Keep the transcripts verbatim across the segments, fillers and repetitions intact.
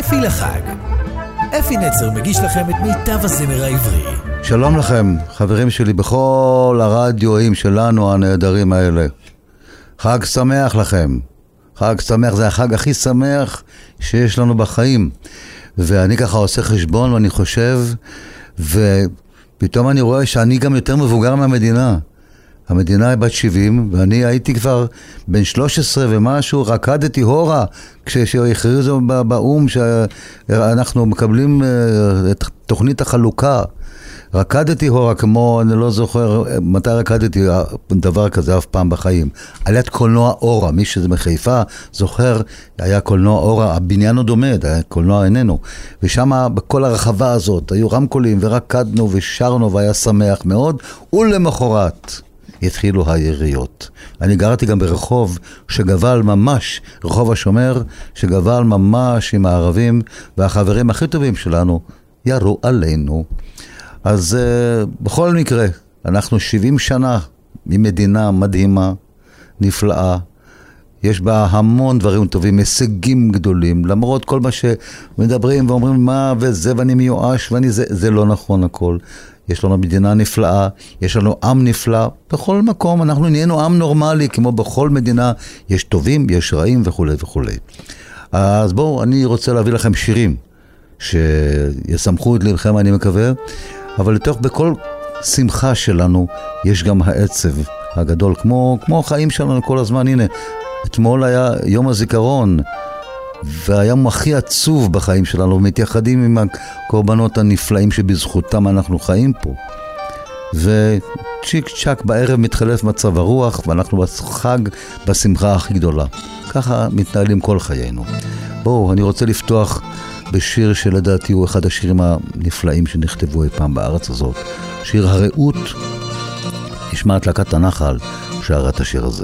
אפי לחג. אפי נצר מגיש לכם את מיטב הזמר העברי. שלום לכם, חברים שלי בכל הרדיואים שלנו הנהדרים האלה. חג שמח לכם. חג שמח, זה החג הכי שמח שיש לנו בחיים. ואני ככה עושה חשבון ואני חושב, ופתאום אני רואה שאני גם יותר מבוגר מהמדינה. המדינה היא בת שבעים, ואני הייתי כבר בן שלוש עשרה ומשהו, רקדתי הורה, כשהכריזו באום שאנחנו מקבלים את תוכנית החלוקה. רקדתי הורה כמו, אני לא זוכר מתי רקדתי דבר כזה אף פעם בחיים. עליית קולנוע אורה, מי שזה מחיפה זוכר, היה קולנוע אורה, הבניין עוד עומד, היה קולנוע איננו. ושם בכל הרחבה הזאת היו רמקולים ורקדנו ושרנו והיה שמח מאוד, ולמחרת התחילו היריות. אני גרתי גם ברחוב שגבל ממש, רחוב השומר, שגבל ממש עם הערבים, והחברים הכי טובים שלנו ירו עלינו. אז uh, בכל מקרה, אנחנו שבעים שנה ממדינה מדהימה, נפלאה, יש בה המון דברים טובים, הישגים גדולים, למרות כל מה שמדברים ואומרים מה וזה ואני מיואש ואני זה, זה לא נכון הכל. יש לנו מדינה נפלאה, יש לנו עם נפלא, בכל מקום אנחנו נהיינו עם נורמלי, כמו בכל מדינה, יש טובים, יש רעים וכו' וכו'. אז בואו, אני רוצה להביא לכם שירים, שיסמכו את לבכם אני מקווה, אבל לתוך בכל שמחה שלנו, יש גם העצב הגדול, כמו, כמו החיים שלנו כל הזמן. הנה, אתמול היה יום הזיכרון, והיום הכי עצוב בחיים שלנו, מתייחדים עם הקורבנות הנפלאים שבזכותם אנחנו חיים פה. וצ'יק צ'ק בערב מתחלף מצב הרוח, ואנחנו בחג בשמחה הכי גדולה. ככה מתנהלים כל חיינו. בואו, אני רוצה לפתוח בשיר שלדעתי הוא אחד השירים הנפלאים שנכתבו אי פעם בארץ הזאת. שיר הרעות, נשמע את להקת הנחל שרה את השיר הזה.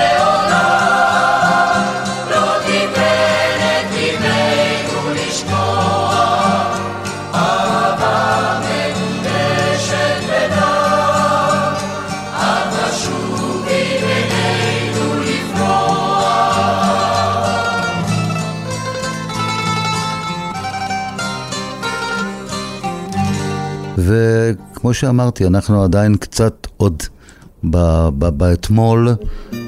Let's go. וכמו שאמרתי, אנחנו עדיין קצת עוד באתמול,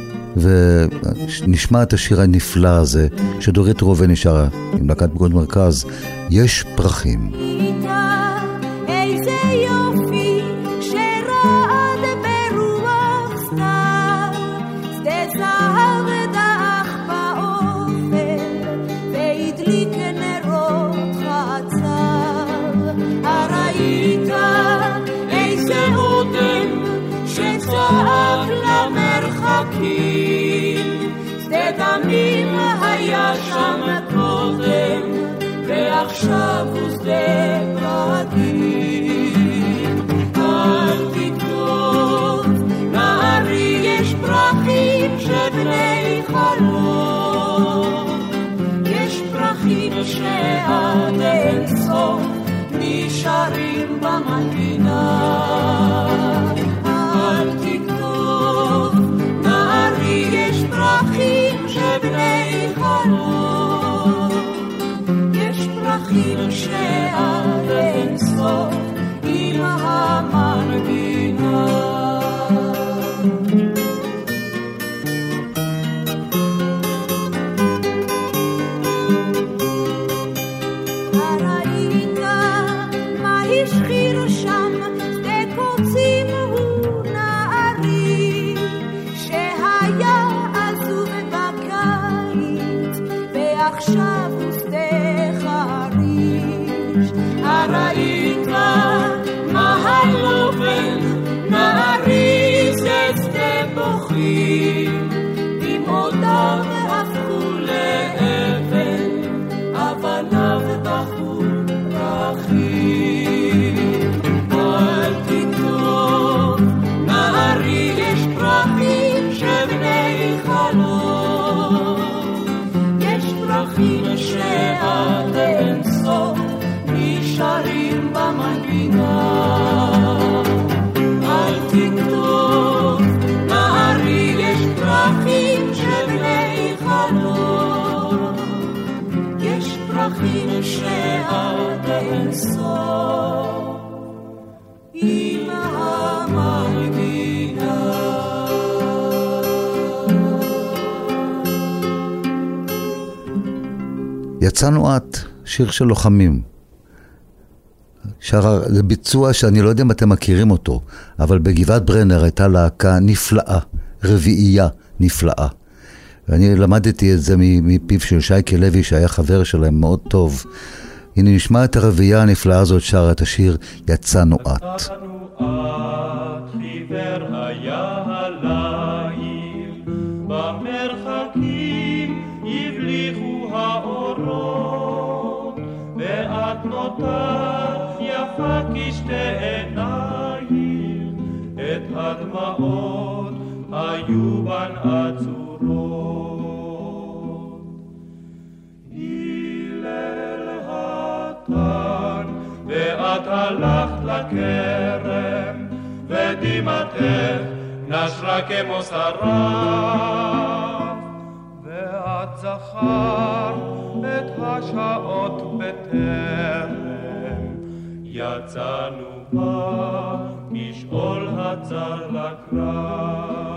ונשמע את השיר הנפלא הזה שדורית ראובן נשארה עם להקת פיקוד מרכז, יש פרחים. שדה דמים היה שם קודם, ועכשיו הוא שדה פרחים. אל תכתוב, נערי, יש פרחים שבני חלום, יש פרחים שעד אין סוף נשארים במנגינה. אל תכתוב, יש פרחים שבני חלום, יש פרחים שעד אין סוף עם המנגינה. הראית מה השחיר שם שדה קוצים הוא נערי, עכשיו הוא שדה חריש. הראית מה הלובן נערי זה שדה בוכים, דמעותיו הפכו לאבן, אבניו בכו פרחים. אל תכתוב, נערי, יש פרחים שבני חלום, פרחים שעד אין סוף נשארים במנגינה. אל תכתוב, נערי, יש פרחים שבני חלום, יש פרחים שעד אין סוף עם המנגינה. יצאנו את, שיר של לוחמים. שרה, זה ביצוע שאני לא יודע אם אתם מכירים אותו, אבל בגבעת ברנר הייתה להקה נפלאה, רביעייה נפלאה. ואני למדתי את זה מפיו של שייקה לוי, שהיה חבר שלהם מאוד טוב. הנה נשמע את הרביעייה הנפלאה הזאת, שרה את השיר יצאנו את. יצאנו את, חיוור היה הליל, במרחקים הבליחו האורות, ואת נותרת יפה כשתי עיניים, את הדמעות היו בן עצורות. הלל התן ואת הלכת לכרם, ודמעתך נשרה כמו שרף, ואת זכרת את השעות בטרם יצאנו בה משאול הצר לקרב.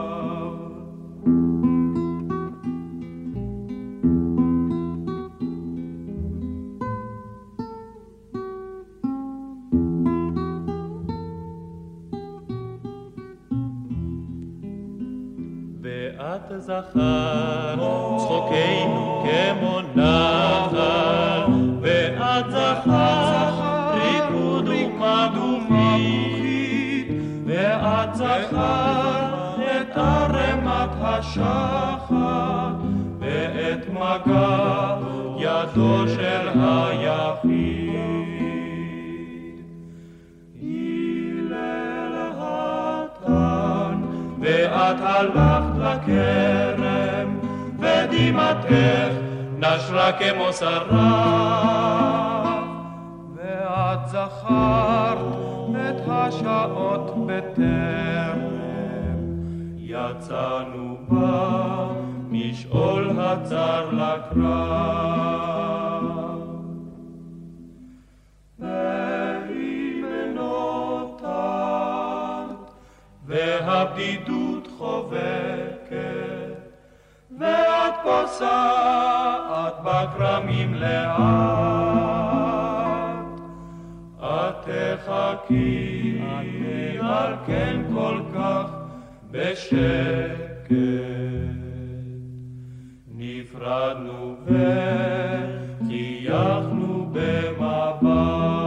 ואת זכרת צחוקנו כמו נחל, ואת זכרת ריקוד ומדומית, ואת זכרת את ערמת השחר, ואת מגע ידו של היחיד. הלל התן ואת הלכת לכרם, ודמעתך נשרה כמו שרף, ואת זכרת את השעות בטרם יצאנו בה משאול הצר לקרב. ואם הבדידות חובקת, ואת פוסעת בכרמים לאט, את תחכי על כן כל כך בשקט. נפרדנו וחייכנו במבט.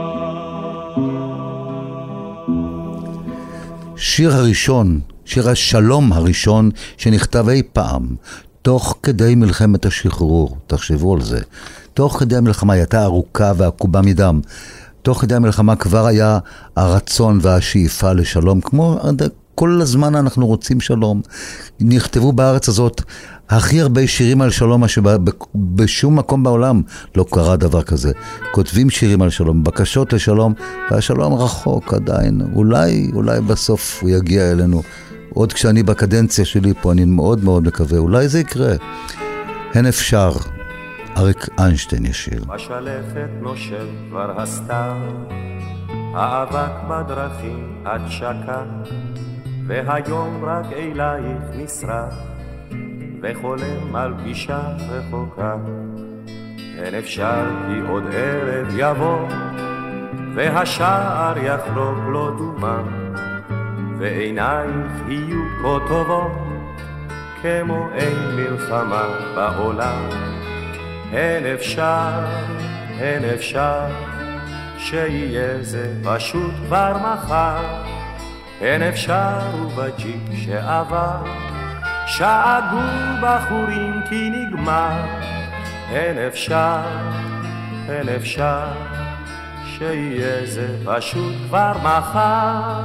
שיר הראשון, שיר השלום הראשון שנכתב אי פעם, תוך כדי מלחמת השחרור, תחשבו על זה. תוך כדי המלחמה הייתה ארוכה ועקובה מדם. תוך כדי המלחמה כבר היה הרצון והשאיפה לשלום, כמו כל הזמן אנחנו רוצים שלום. נכתבו בארץ הזאת הכי הרבה שירים על שלום, מה שבשום מקום בעולם לא קרה דבר כזה. כותבים שירים על שלום, בקשות לשלום, והשלום רחוק עדיין. אולי, אולי בסוף הוא יגיע אלינו. עוד כשאני בקדנציה שלי פה, אני מאוד מאוד מקווה, אולי זה יקרה. הן אפשר. אריק איינשטיין ישיר. בשלפת נושב כבר הסתר, האבק בדרכים עד שקע, והיום רק אלייך נשרף, וחולם על פגישה רחוקה. אין אפשר כי עוד ערב יבוא, והשער יחלוק לו דומה, ועינייך יהיו כה טובות, כמו אין מלחמה בעולם. אין אפשר, אין אפשר, שיהיה זה פשוט כבר מחר. אין אפשר ובג'יפ שעבר, שאגו בחורים כי נגמר. אין אפשר, אין אפשר, שיהיה זה פשוט כבר מחר.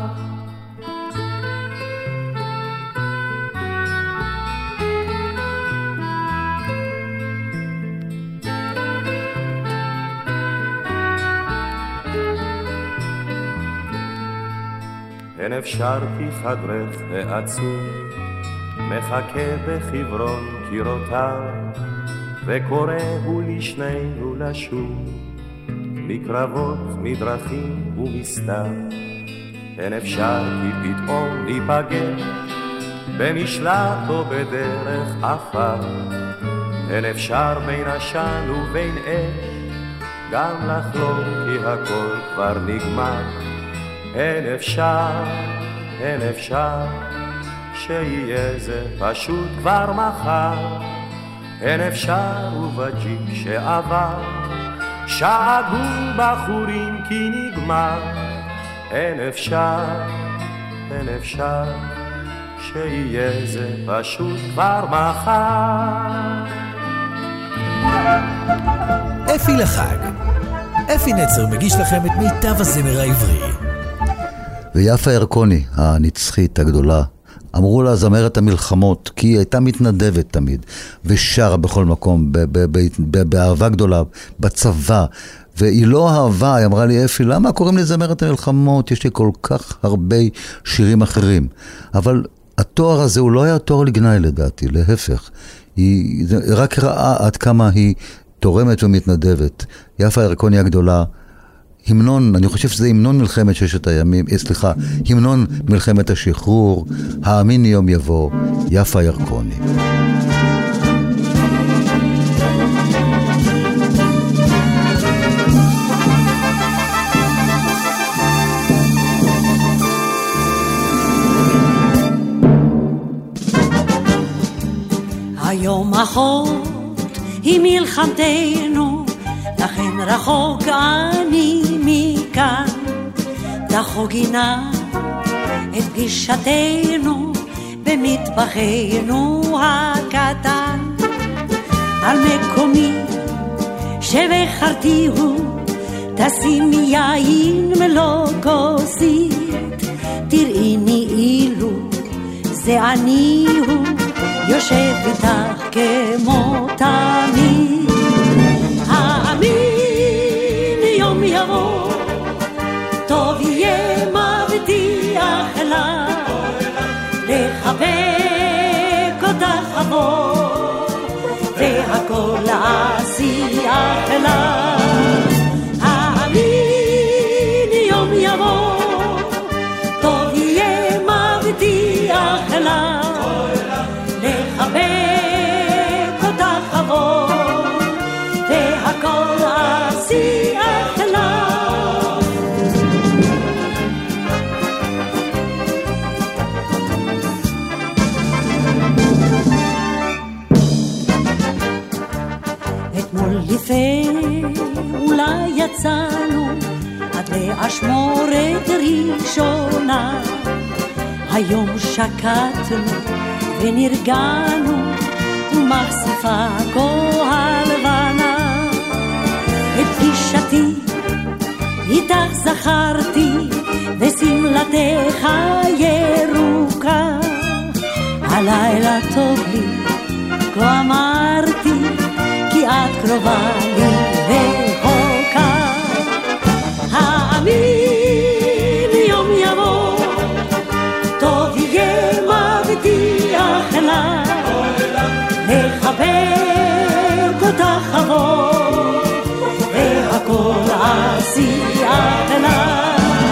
אין אפשר כי חדרך ועצוב מחכה בחברון קירותיו, וקורא הוא לשנינו לשוב מקרבות, מדרכים ומסתר. אין אפשר כי פתאום ניפגש במשלט או בדרך עפר. אין אפשר בין עשן ובין אש גם לחלום כי הכל כבר נגמר. אין אפשר, אין אפשר, שיהיה זה פשוט כבר מחר. אין אפשר ובג'יפ שעבר, שאגו בחורים כי נגמר. אין אפשר, אין אפשר, שיהיה זה פשוט כבר מחר. אפי לחג. אפי נצר מגיש לכם את מיטב הזמר העברי. ויפה ירקוני, הנצחית הגדולה, אמרו לה זמרת המלחמות, כי היא הייתה מתנדבת תמיד, ושרה בכל מקום, באהבה גדולה, בצבא, והיא לא אהבה, היא אמרה לי, אפי, למה קוראים לי זמרת המלחמות? יש לי כל כך הרבה שירים אחרים. אבל התואר הזה הוא לא היה תואר לגנאי לדעתי, להפך. היא רק ראה עד כמה היא תורמת ומתנדבת. יפה ירקוני הגדולה, המנון, אני חושב שזה המנון מלחמת ששת הימים, סליחה, המנון מלחמת השחרור, האמין יום יבוא, יפה ירקוני. היום אחות היא מלחמתנו, לכן רחוק אני מכאן. תחוגינה את פגישתנו במטבחנו הקטן. על מקומי שבחרתי הוא, תשימי יין מלא כוסית. תראיני אילו זה אני הוא, יושב איתך כמו תמיד. האמין יום יבוא, טוב יהיה מבטיח לה, לחבק אותך אבוא, והכל עשיח לה. האמין יום יבוא, טוב יהיה מבטיח אשמורת ראשונה. היום שקטנו ונרגענו, ומחשיפה כה הלבנה. את פגישתי איתך זכרתי, ושמלתך ירוקה. הלילה טוב לי, כה אמרתי, כי את קרובה לי רחוקה. האמין יום יבוא, טוב יהיה מבטיח לה, לחבק אותך אבוא, והכל עשיית לה.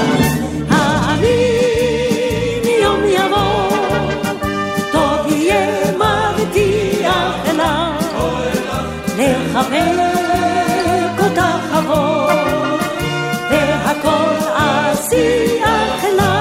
האמין יום יבוא, טוב יהיה מבטיח לה, לחבק אותך אבוא, והכל עשיית לה.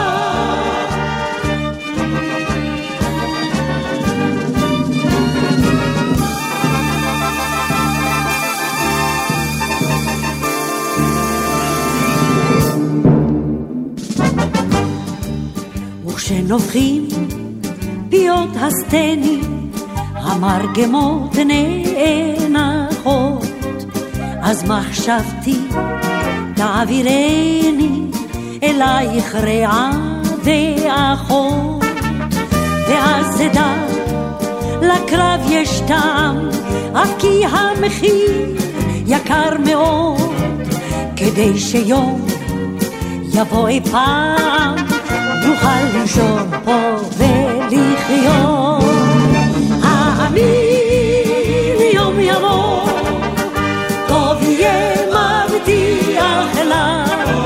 וכשנובחים פיות הסטנים, המרגמות נאנחות, אז מחשבתי תעבירני אלייך רעה ואחות, ואז אדע לקרב יש טעם, אף כי המחיר יקר מאוד, כדי שיום יבוא אי פעם נוכל לנשום פה ולחיות. האמין יום יבוא, טוב יהיה מבטיח לה,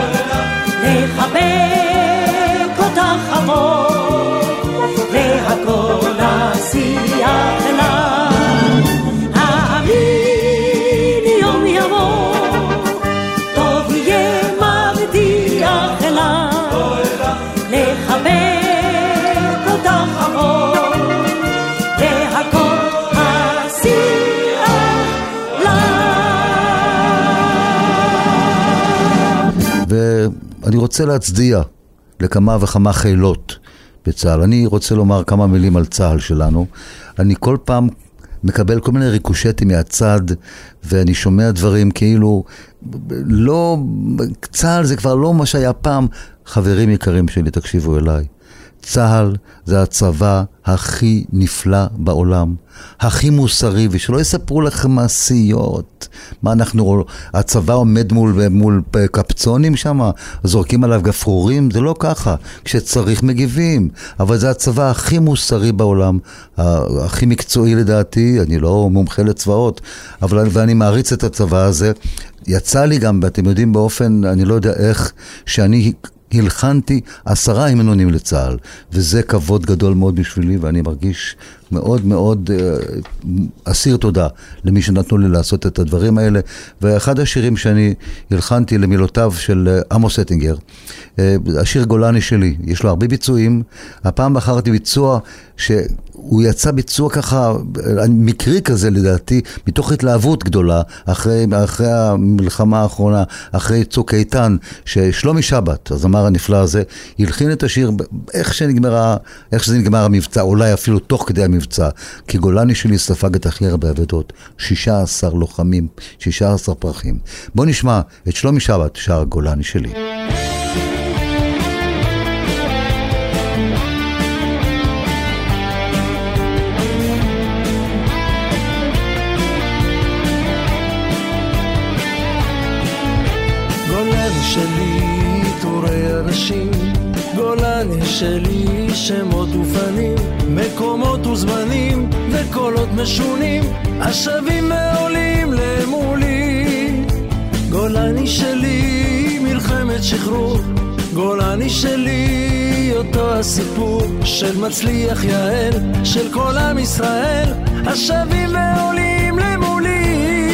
לחבק אותך אבוא, והכל עשיית לה. האמין יום יבוא, טוב יהיה מבטיח לה, לחבק אותך אבוא, והכל עשיית לה. ואני רוצה להצדיע לכמה וכמה חילות בצה"ל. אני רוצה לומר כמה מילים על צה"ל שלנו. אני כל פעם מקבל כל מיני ריקושטים מהצד, ואני שומע דברים כאילו, לא, צה"ל זה כבר לא מה שהיה פעם. חברים יקרים שלי, תקשיבו אליי. צה"ל זה הצבא הכי נפלא בעולם, הכי מוסרי, ושלא יספרו לכם מעשיות. מה אנחנו, הצבא עומד מול, מול קפצונים שם, זורקים עליו גפרורים, זה לא ככה. כשצריך מגיבים, אבל זה הצבא הכי מוסרי בעולם, הכי מקצועי לדעתי. אני לא מומחה לצבאות, אבל ואני מעריץ את הצבא הזה. יצא לי גם, ואתם יודעים באופן, אני לא יודע איך, שאני הלחנתי עשרה המנונים לצה"ל, וזה כבוד גדול מאוד בשבילי, ואני מרגיש מאוד מאוד uh, אסיר תודה למי שנתנו לי לעשות את הדברים האלה. ואחד השירים שאני הלחנתי למילותיו של uh, עמוס אטינגר, uh, השיר גולני שלי, יש לו הרבה ביצועים. הפעם בחרתי ביצוע שהוא יצא ביצוע ככה, מקרי כזה לדעתי, מתוך התלהבות גדולה, אחרי, אחרי המלחמה האחרונה, אחרי צוק איתן, ששלומי שבת, הזמר הנפלא הזה, הלחין את השיר איך שנגמר, איך שזה נגמר המבצע, אולי אפילו תוך כדי המבצע, כי גולני שלי ספג את הכי הרבה אבדות, שישה עשר לוחמים, שישה עשר פרחים. בוא נשמע את שלומי שבת, שר גולני שלי. שלי תורי אנשים, גולני שלי שמות ופנים, מקומות וזמנים וקולות משונים, השבים ועולים למולי. גולני שלי מלחמת שחרור, גולני שלי אותו הסיפור של מצליח יעל, של כל עם ישראל, השבים ועולים למולי.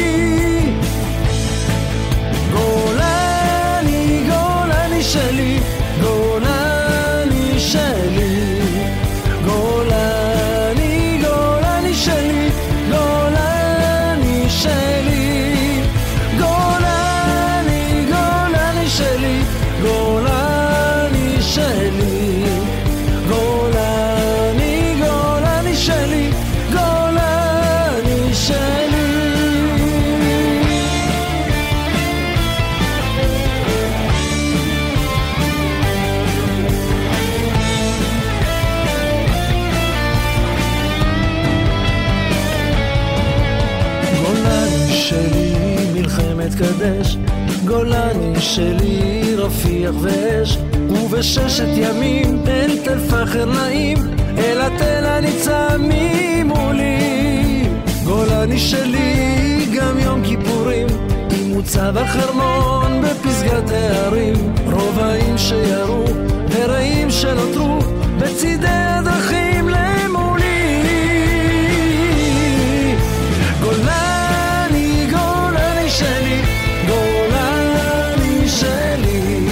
גולני, גולני שלי, גולני שלי, גולני, גולני שלי, גולני שלי, גולני, גולני שלי, מתקדש, גולני שלי רפיח ואש, ובששת ימים אל תל פחר נעים, אל התל הניצה ממולי. גולני שלי גם יום כיפורים, עם מוצב החרמון בפסגת הערים, רובעים שירו ורעים שנותרו בצידי הדרכים למולי. גולני, גולני שלי, גולני שלי,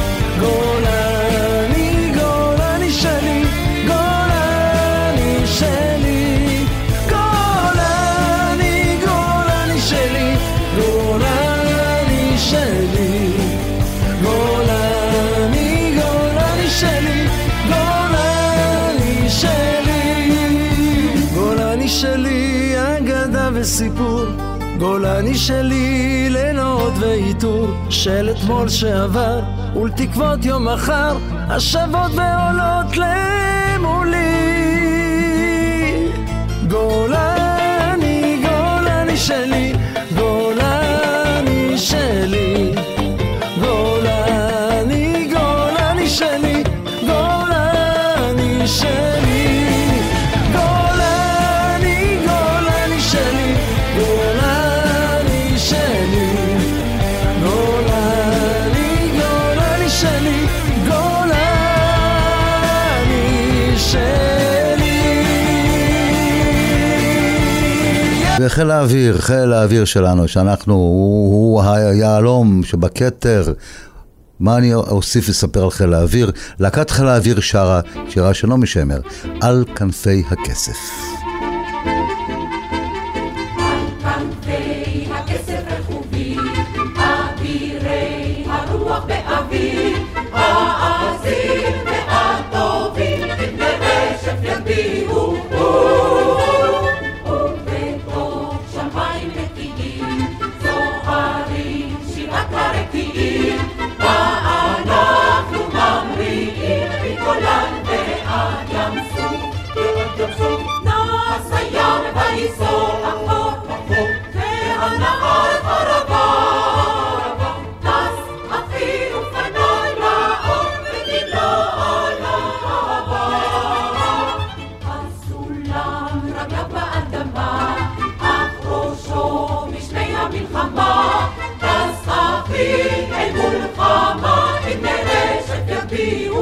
גולני, גולני שלי, גולני שלי, גולני, גולני שלי, גולני שלי, גולני, גולני שלי, גולני שלי, גולני שלי, אגדה וסיפור, גולני שלי, לילות ואיתור של אתמול שעבר ולתקוות יום מחר השבות ועולות למולי. גולני, גולני שלי, גולני שלי, גולני, גולני שלי, גולני שלי, גולני, גולני שלי, גולני שלי, גולני, גולני שלי, גולני שלי. וחיל האוויר, חיל האוויר שלנו, שאנחנו, הוא, הוא היעלום שבכתר. מה אני אוסיף לספר על חיל האוויר? להקת חיל האוויר שרה, שירה של נעמי שמר, על כנפי הכסף. כנפי הכסף רחובי, אבירי הרוח באוויר, העזים והטובים, לרשף יביאו, ובתוך שמיים נקיים, זוהרים שירת הרקיעים, ואנחנו ממריאים מגולן ועד ים סוף, נס הים וייסור החור, והנהר חרבה, נס אפילו פני לאור, ותמלא על האהבה. הסולם רגליו באדמה, אך ראשו משני המלחמה, נס אחי אל מלחמה, את מרשת יביאו,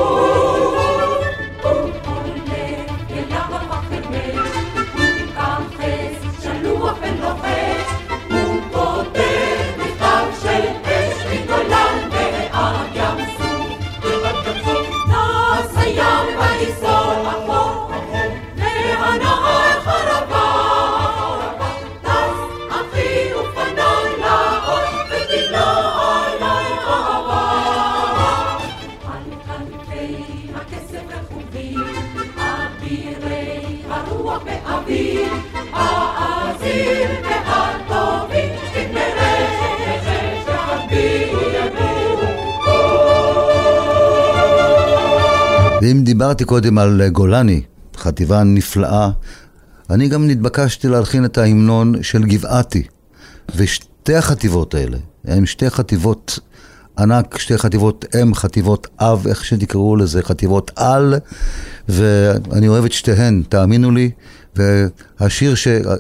ואם דיברתי קודם על גולני, חטיבה נפלאה, אני גם נתבקשתי להלחין את ההמנון של גבעתי. ושתי החטיבות האלה, הן שתי חטיבות ענק, שתי חטיבות אם, חטיבות אב, איך שתקראו לזה, חטיבות על, ואני אוהב את שתיהן, תאמינו לי. והשיר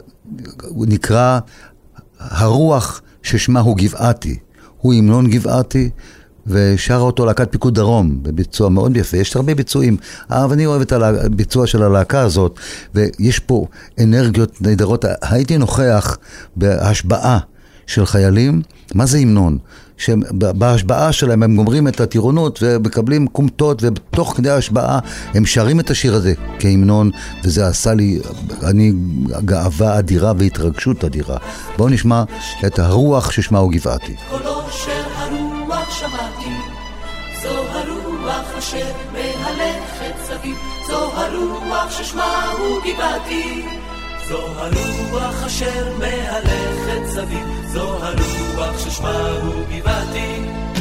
שנקרא הרוח ששמה הוא גבעתי, הוא המנון גבעתי, ושרה אותו להקת פיקוד דרום, בביצוע מאוד יפה. יש הרבה ביצועים, אבל אני אוהב את הביצוע של הלהקה הזאת, ויש פה אנרגיות נהדרות. הייתי נוכח בהשבעה של חיילים. מה זה המנון? שבהשבעה שלהם הם גומרים את הטירונות ומקבלים קומטות, ובתוך כדי ההשבעה הם שרים את השיר הזה כהמנון, וזה עשה לי, אני, גאווה אדירה והתרגשות אדירה. בואו נשמע את הרוח ששמה הוא גבעתי. קולו של הרוח שמעתי, זו הרוח אשר מהלכת סביב, זו הרוח ששמה הוא גבעתי, זו הרוח אשר מהלכת סביב, זו הרוח ששמה הוא גבעתי.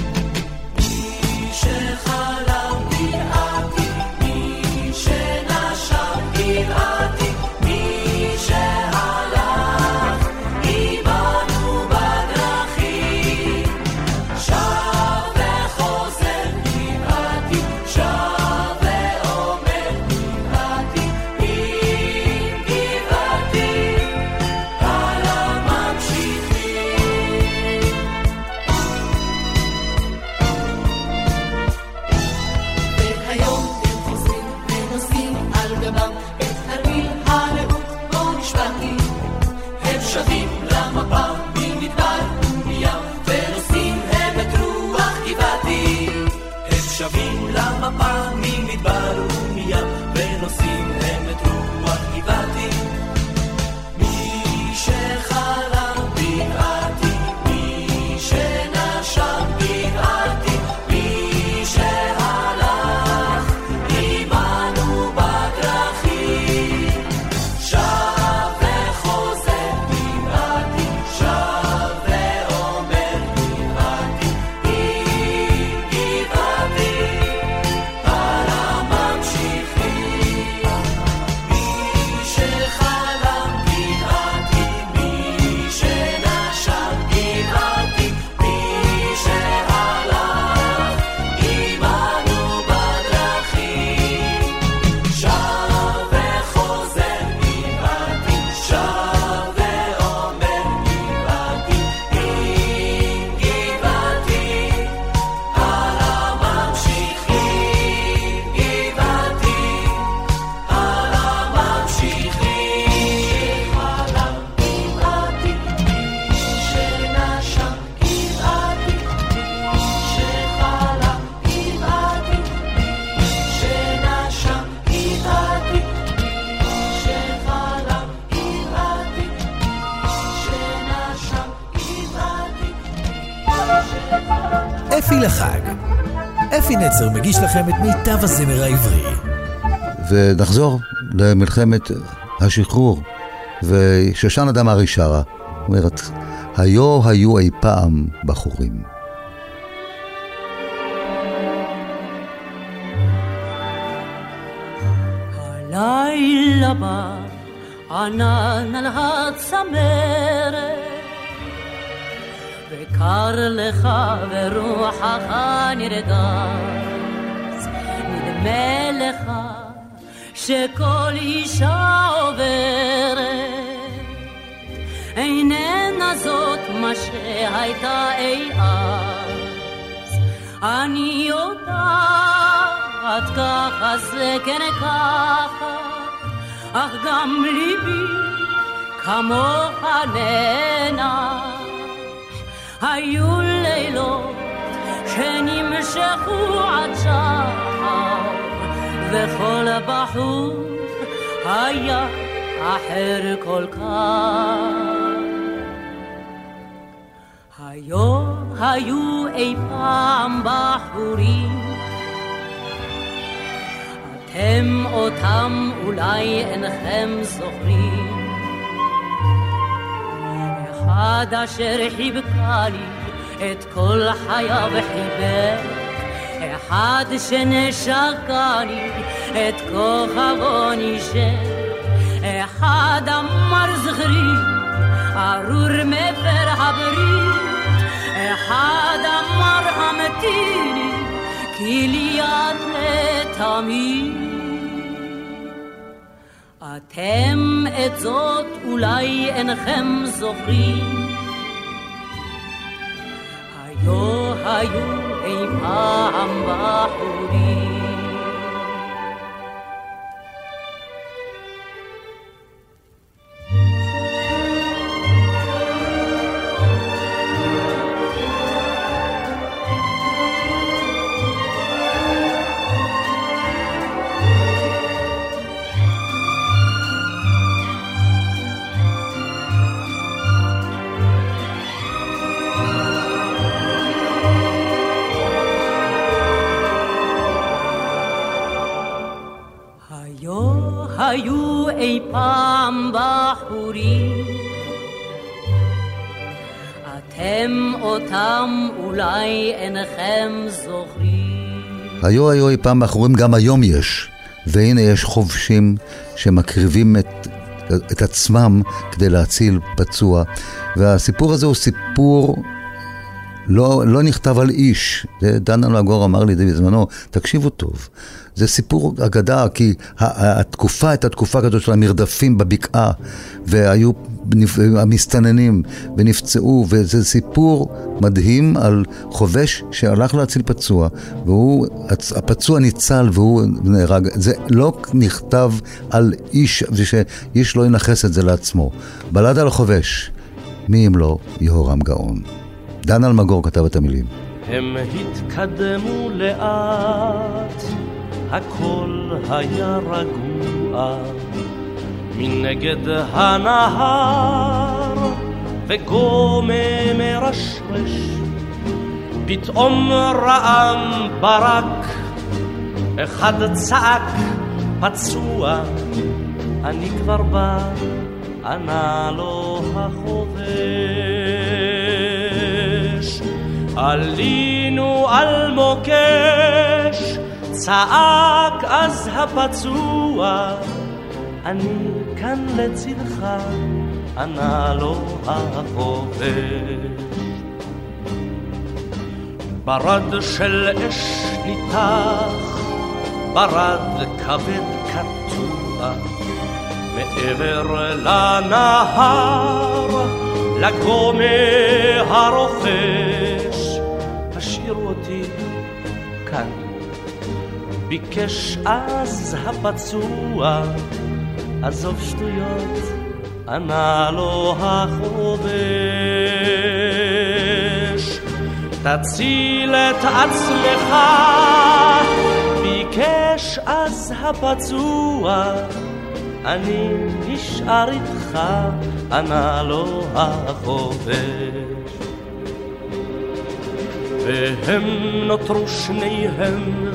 מי שחלם גבעתי, מי שנשם גבעתי, מי שהלך עמנו בדרכים, שפיל החג. אפי נצר מגיש לכם את מיטב הזמר העברי. ונחזור למלחמת השחרור, ושושנה דמארי שרה, אומרת, היו היו אי פעם בחורים. הלילה בא ענן על הצמרת, וקר לך ורוחך נרגש, נדמה לך שכל אישה עוברת, איננה זאת מה שהייתה אי אז. אני יודעת ככה זה כן ככה, אך גם ליבי כמוך ננח. היו לילות שנמשכו עד שחר, וכל בחור היה אחר כל כך. היו היו אי פעם בחורים, אתם אותם אולי אינכם זוכרים. אחד אשר חיבקה לי את כל חייו חיבק, אחד שנשקני את כוכבו נשק, אחד אמר זכרי ארור מפר הברית, אחד אמר המתיני כי לי את לתמיד. אתם את זאת אולי אינכם זוכרים, היו היו אי פעם בחורים. היו אי פעם בחורים, אתם אותם אולי אינכם זוכרים. היו היו אי פעם בחורים, גם היום יש, והנה יש חובשים שמקריבים את, את עצמם כדי להציל פצוע, והסיפור הזה הוא סיפור לא, לא נכתב על איש. דן אלמגור אמר לי בזמנו, תקשיבו טוב, זה סיפור אגדה, כי התקופה הייתה תקופה כזאת של המרדפים בבקעה, והיו המסתננים ונפצעו, וזה סיפור מדהים על חובש שהלך להציל פצוע, והוא, הפצוע ניצל והוא נהרג. זה לא נכתב על איש, ושאיש לא ינחס את זה לעצמו. בלד על חובש, מי אם לא יהורם גאון. דן אלמגור כתב את המילים. הם התקדמו לאט, הכל היה רגוע, מנגד הנהר וגומם מרשרש, פתאום רעם ברק, אחד צעק פצוע, אני כבר בא, ענה לו החובש. עלינו על מוקש, צעק אז הפצוע, אני כאן לצדך, ענה לו החובש. ברד של אש ניתח, ברד כבד קטוע, מעבר לנהר, לגומה הרוחש, השאיר אותי כאן. ביקש אז הפצוע, עזוב שטויות, ענה לו החובש. תציל את עצמך, ביקש אז הפצוע, אני נשאר איתך, ענה לו החובש. והם נותרו שניהם,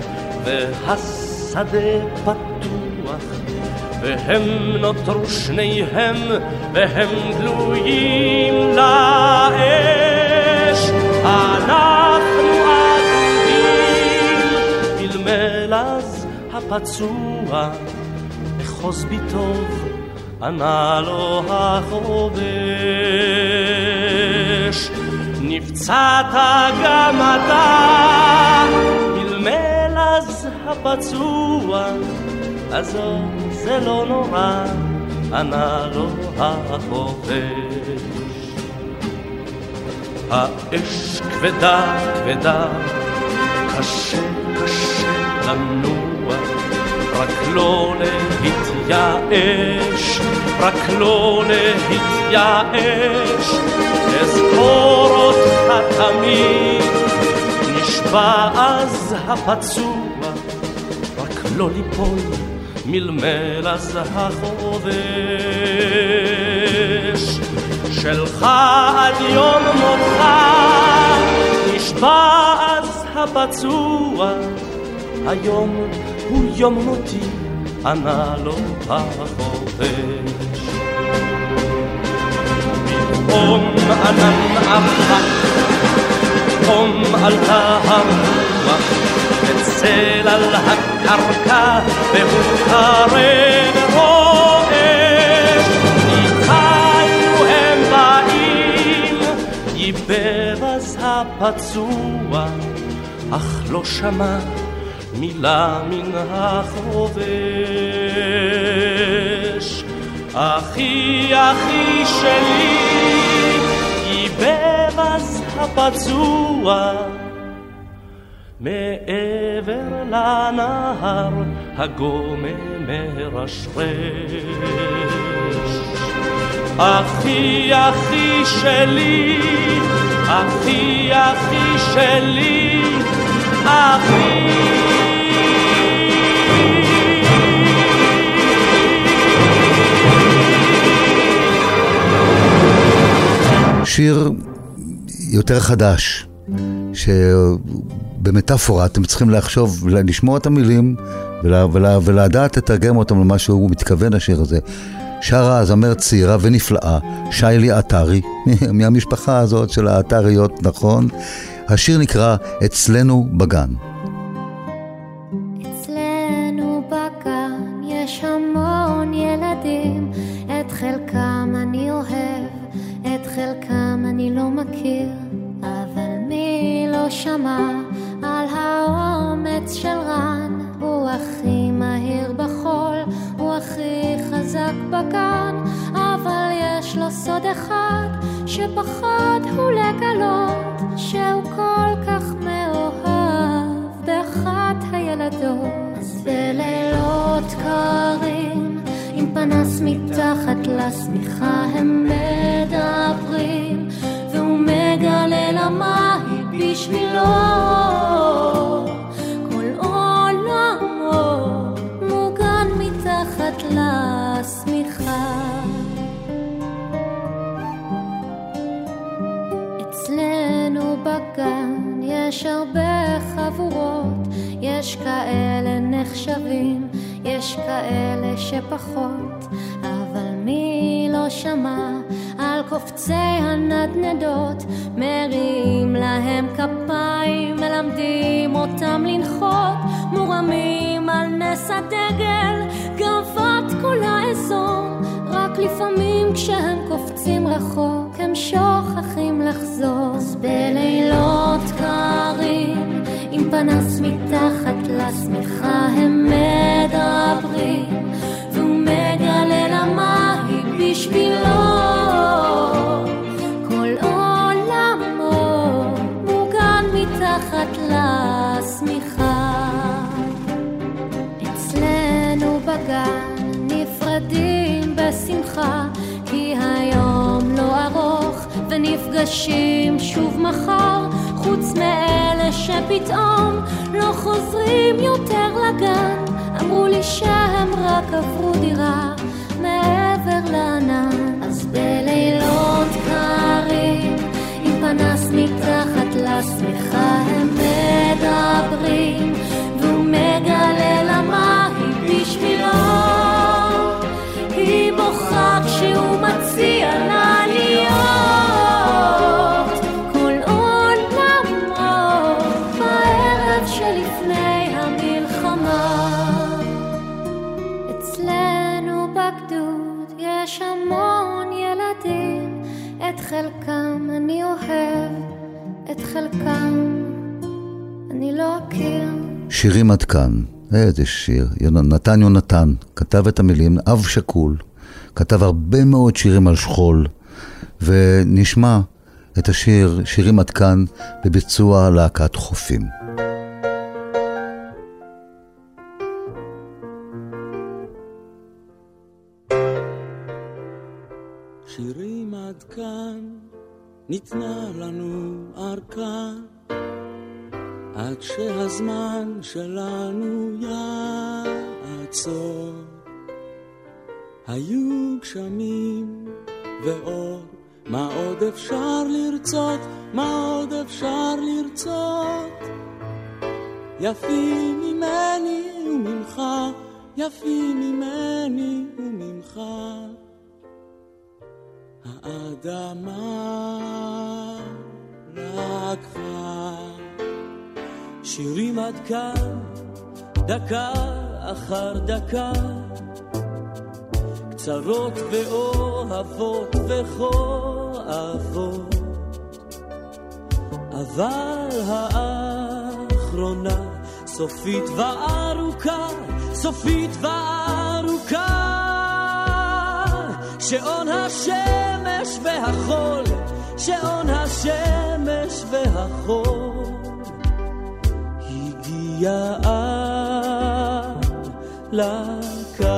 והשדה פתוח, והם נותרו שניהם, והם גלויים לאש. אנחנו עבודים מלמלז הפצוע, אחוז בי טוב, ענה לו החובש. נפצעת גם אתה, מלמלז הפצוע, עזוב זה לא נורא, ענה לו החובש. האש כבדה כבדה, קשה קשה לנוע, רק לא להתייאש, רק לא להתייאש. אזכור אותך תמיד, נשבע אז הפצוע, רק לא ליפול מלמלז החובש. שלך עד יום מותך, נשבע אז הפצוע, היום הוא יום מותי, ענה לו החובש. פתאום ענן עבר, פתאום עלתה הרוח, וצל על הקרקע, והוא קרב רועש. ניחנו הם באים, ייבב אז הפצוע, אך לא שמע מילה מן החובש. אחי אחי שלי, ייבב אז הפצוע, מעבר לנהר הגומם מרשרש. אחי אחי שלי, אחי אחי שלי, אחי. שיר יותר חדש, שבמטאפורה אתם צריכים לחשוב, לשמוע את המילים ולה, ולה, ולדעת לתרגם אותם למה שהוא מתכוון השיר הזה. שרה הזמרת צעירה ונפלאה, שיילי עטרי, מהמשפחה הזאת של העטריות, נכון? השיר נקרא אצלנו בגן. אצלנו בגן יש המון ילדים, את חלקם אני אוהב, את חלקם אני לא מכיר, אבל מי לא שמע על האומץ של רן? הוא הכי מהיר בחול, הוא הכי חזק בגן, אבל יש לו סוד אחד שפחד הוא לגלות, שהוא כל כך מאוהב באחת הילדות. אז בלילות קרים עם פנס מתחת לשמיכה הם מדברים, והוא מגלה למה היא בשבילו. כל עולמו מוגן מתחת לשמיכה. אצלנו בגן יש הרבה חבורות, יש כאלה נחשבים, יש כאלה שפחות, אבל מי לא שמע על קופצי הנדנדות? מרים להם כפיים, מלמדים אותם לנחות, מורמים על נס הדגל, גאוות כל האזור. רק לפעמים כשהם קופצים רחוק הם שוכחים לחזור. אז בלילות קרים עם פנס מתחת לשמיכה הם מדברים, והוא מגלה למה היא בשבילו. כל עולמו מוגן מתחת לשמיכה. אצלנו בגן נפרדים בשמחה, כי היום לא ארוך ונפגשים שוב מחר, חוץ מאלה שפתאום לא חוזרים יותר לגן. אמרו לי שהם רק עברו דירה מעבר לענן. אז בלילות קרים עם פנס מתחת בשמיכה הם מדברים, והוא מגלה למה היא בשבילו. היא בוכה כשהוא מציע לה להיות כל עולמו בערב שלפני המלחמה. אצלנו בגדוד יש המון ילדים, את חלקם אני אוהב, את חלקם אני לא אכיר. שירים עד כאן, איזה שיר. נתן יונתן כתב את המילים, אב שקול, כתב הרבה מאוד שירים על שכול, ונשמע את השיר שירים עד כאן בביצוע להקת חופים. שירים עד כאן, ניתנה לנו ארכה, עד שהזמן שלנו יעצור. היו גשמים ואור, מה עוד אפשר לרצות, מה עוד אפשר לרצות. יפים ממני וממך, יפים ממני וממך. האדמה רקחה. שירים עד כאן, דקה אחר דקה, קצרות ואוהבות וכואבות, אבל האחרונה סופית וארוכה, סופית וארוכה. שעון השמש והחול, שעון השמש והחול, הגיע לקו.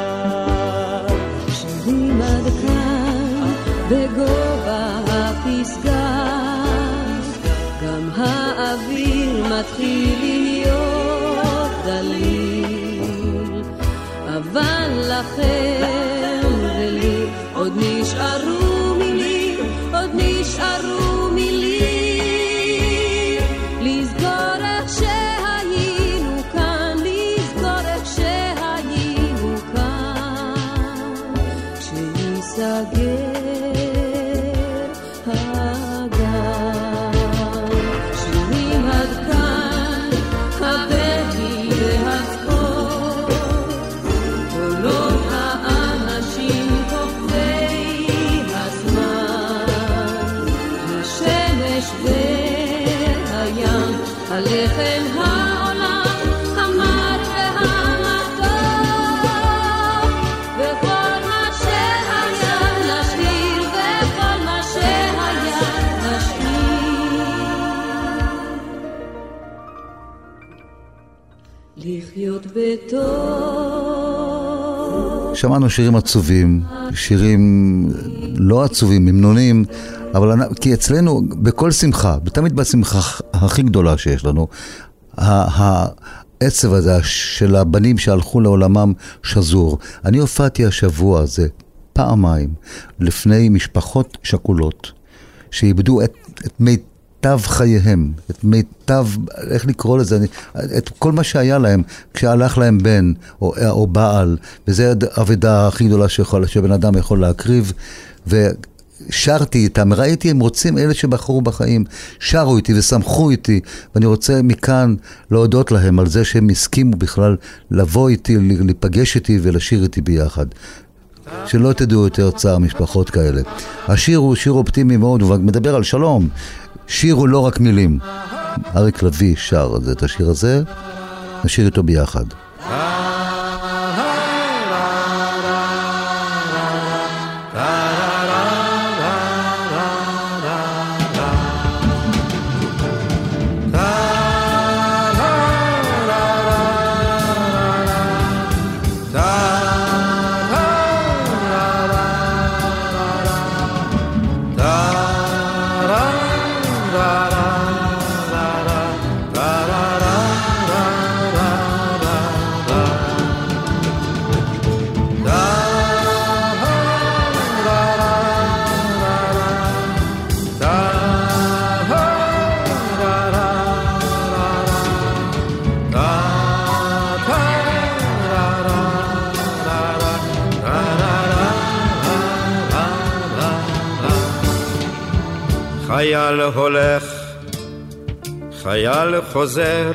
שירים עד כאן בגובה הפסגה, גם האוויר מתחיל להיות דליל, אבל לכם ולי עוד נשארו מילים, עוד נשארו מילים, לזכור איך שהיינו כאן, לזכור איך שהיינו כאן, כשיסגר הגן. שירים עד כאן, הבכי והצחוק, קולות האנשים כוכבי הזמן, השמש והים, הלחם העולם, המר והמתוק, וכל מה שהיה נשאיר, וכל מה שהיה נשאיר, לחיות בטוב. שמענו שירים עצובים, שירים לא עצובים, המנונים, אבל כי אצלנו בכל שמחה, תמיד בשמחה הכי גדולה שיש לנו, העצב הזה של הבנים שהלכו לעולמם שזור. אני הופעתי השבוע הזה פעמיים לפני משפחות שכולות שאיבדו את, את מיטב חייהם, את מיטב, איך לקרוא לזה, אני, את כל מה שהיה להם כשהלך להם בן או, או בעל, וזה העבודה הכי גדולה שיכול, שבן אדם יכול להקריב. ו שרתי איתם, ראיתי הם רוצים, אלה שבחרו בחיים, שרו איתי ושמחו איתי, ואני רוצה מכאן להודות להם על זה שהם הסכימו בכלל לבוא איתי, להיפגש איתי ולשיר איתי ביחד. שלא תדעו יותר צער משפחות כאלה. השיר הוא שיר אופטימי מאוד, הוא מדבר על שלום. שיר הוא לא רק מילים. אריק לוי שר את השיר הזה, נשיר איתו ביחד. Da חייל הולך, חייל חוזר,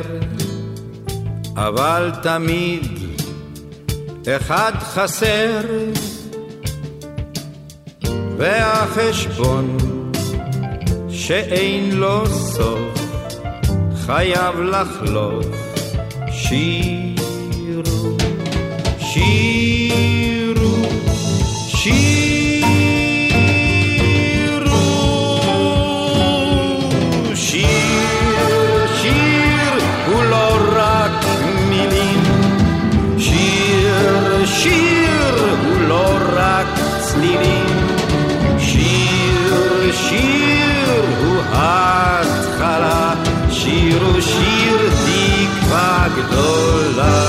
אבל תמיד אחד חסר, והחשבון שאין לו סוף חייב לחלוף. שירו, שירו, שירו, שיר, שיר הוא לא רק מילים, שיר, שיר הוא לא רק צלילים, שיר, שיר הוא התחלה, שיר הוא שיר תקווה גדולה.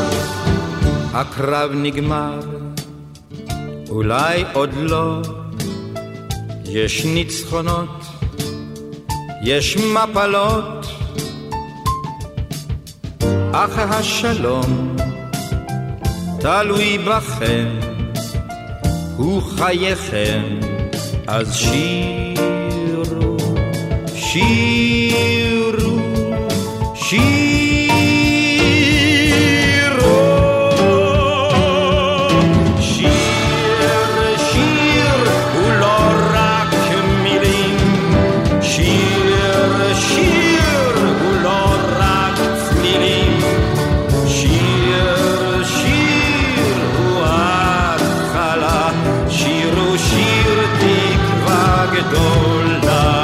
הקרב נגמר, אולי עוד לא, יש ניצחונות, יש מפלות, אך השלום תלוי בכם, הוא חייכם, אז שירו, שירו, שירו, שיר, שיר הוא לא רק מילים, שיר, שיר הוא לא רק צלילים, שיר, שיר הוא התחלה, שיר הוא שיר תקווה גדולה.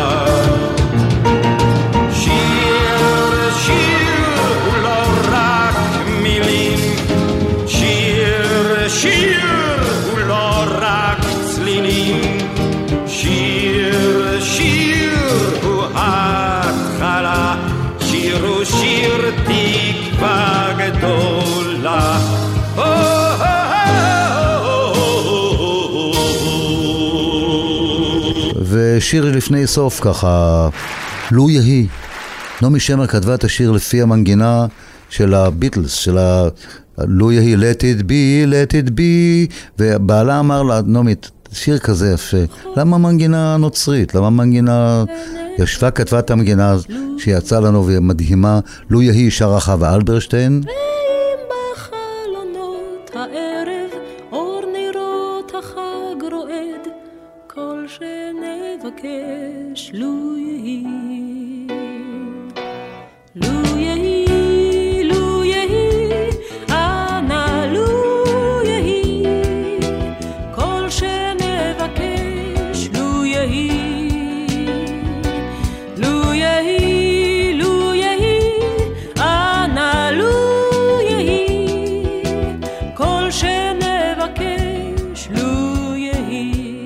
ושיר לפני סוף ככה, לו יהי. נעמי שמר כתבה את השיר לפי המנגינה של הביטלס, של ה... לו יהי, let it be, let it be, ובעלה אמר לה, נעמי, שיר כזה יפה, למה מנגינה נוצרית? למה מנגינה... ישבה כתבה את המנגינה שיצאה לנו ומדהימה, לו יהי שרה חווה אלברשטיין. ואם בחלונות הערב אור נרות החג רועד, כל שנבקש לו יהי, לו יהי, לו יהי, אנא לו יהי, כל שנבקש לו יהי, לו יהי, לו יהי, אנא לו יהי, כל שנבקש לו יהי.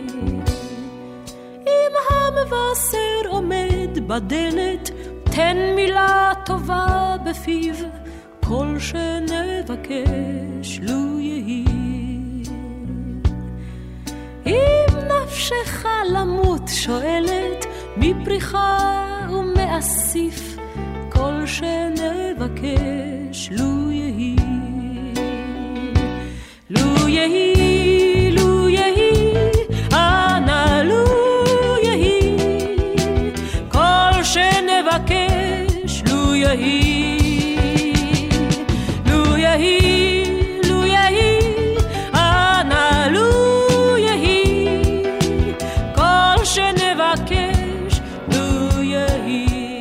אם המבשר עומד בדלת, תן מילה טובה בפיו, כל שנבקש לו יהי. אם נפשך למות שואלת, מפריחה ומאסיף, כל שנבקש לו יהי, לו יהי, לו יהי, אנא לו יהי, כל שנבקש לו יהי, לו יהי, לו יהי, אנא לו יהי, כל שנבקש לו יהי.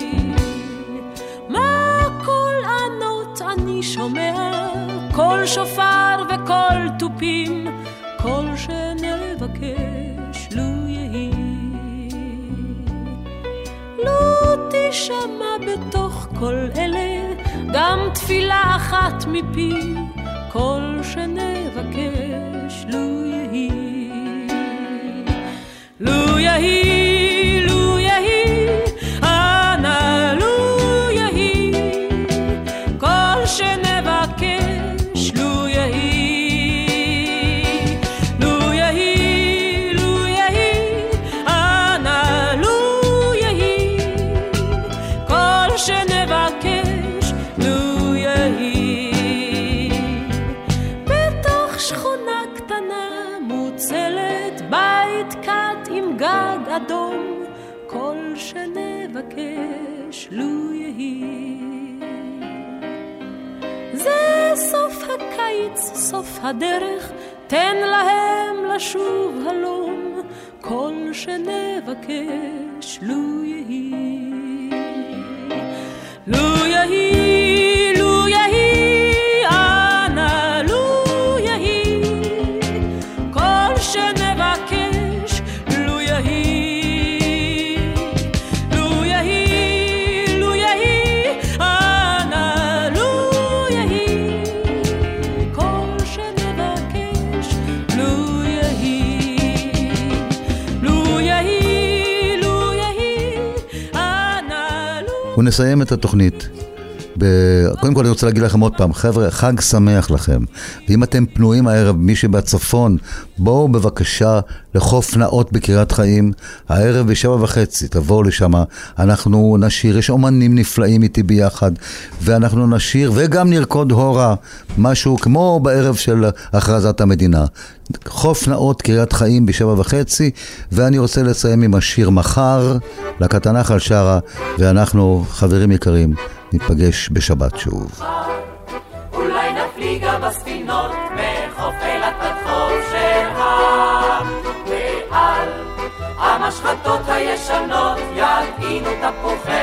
מה כל ענות אני שומע, כל שופר וכל טופים, כל שנבקש לו יהי, לא תשמע בתוך כל אלה גם תפילה אחת מפי, כל שנבקש לו יהי, לו יהי, לו יהי, אנא לו יהי, כל שנבקש לו יהי, לו יהי, לו יהי, אנא לו יהי, כל שנבקש לו יהי. בתוך שכונה קטנה מוצלת, בית קט עם גג אדום, שנבקש לו יהי. זה סוף הקיץ, סוף הדרך, תן להם לשוב הלום, כל שנבקש לו יהי. לו יהי, לו יהי, אנא לו יהי, כל שנבקש לו יהי. לו יהי, לו יהי, אנא לו יהי, כל שנבקש לו יהי. לו יהי, לו יהי, אנא לו. ונסיים את התוכנית. קודם כל אני רוצה להגיד לכם עוד פעם, חבר'ה, חג שמח לכם. ואם אתם פנויים הערב, מי שבצפון, בואו בבקשה לחוף נאות בקריית חיים, הערב בשבע וחצי, תבואו לשם, אנחנו נשיר, יש אומנים נפלאים איתי ביחד, ואנחנו נשיר וגם נרקוד הורה, משהו כמו בערב של הכרזת המדינה. חוף נאות קריית חיים בשבע וחצי, ואני רוצה לסיים עם השיר מחר, להקת הנחל שרה, ואנחנו, חברים יקרים, ניפגש בשבת שוב. אולי נפליגה בספינות מחוף אילת עד חוף שרהה, ועל המשחטות הישנות יטעינו תפוחי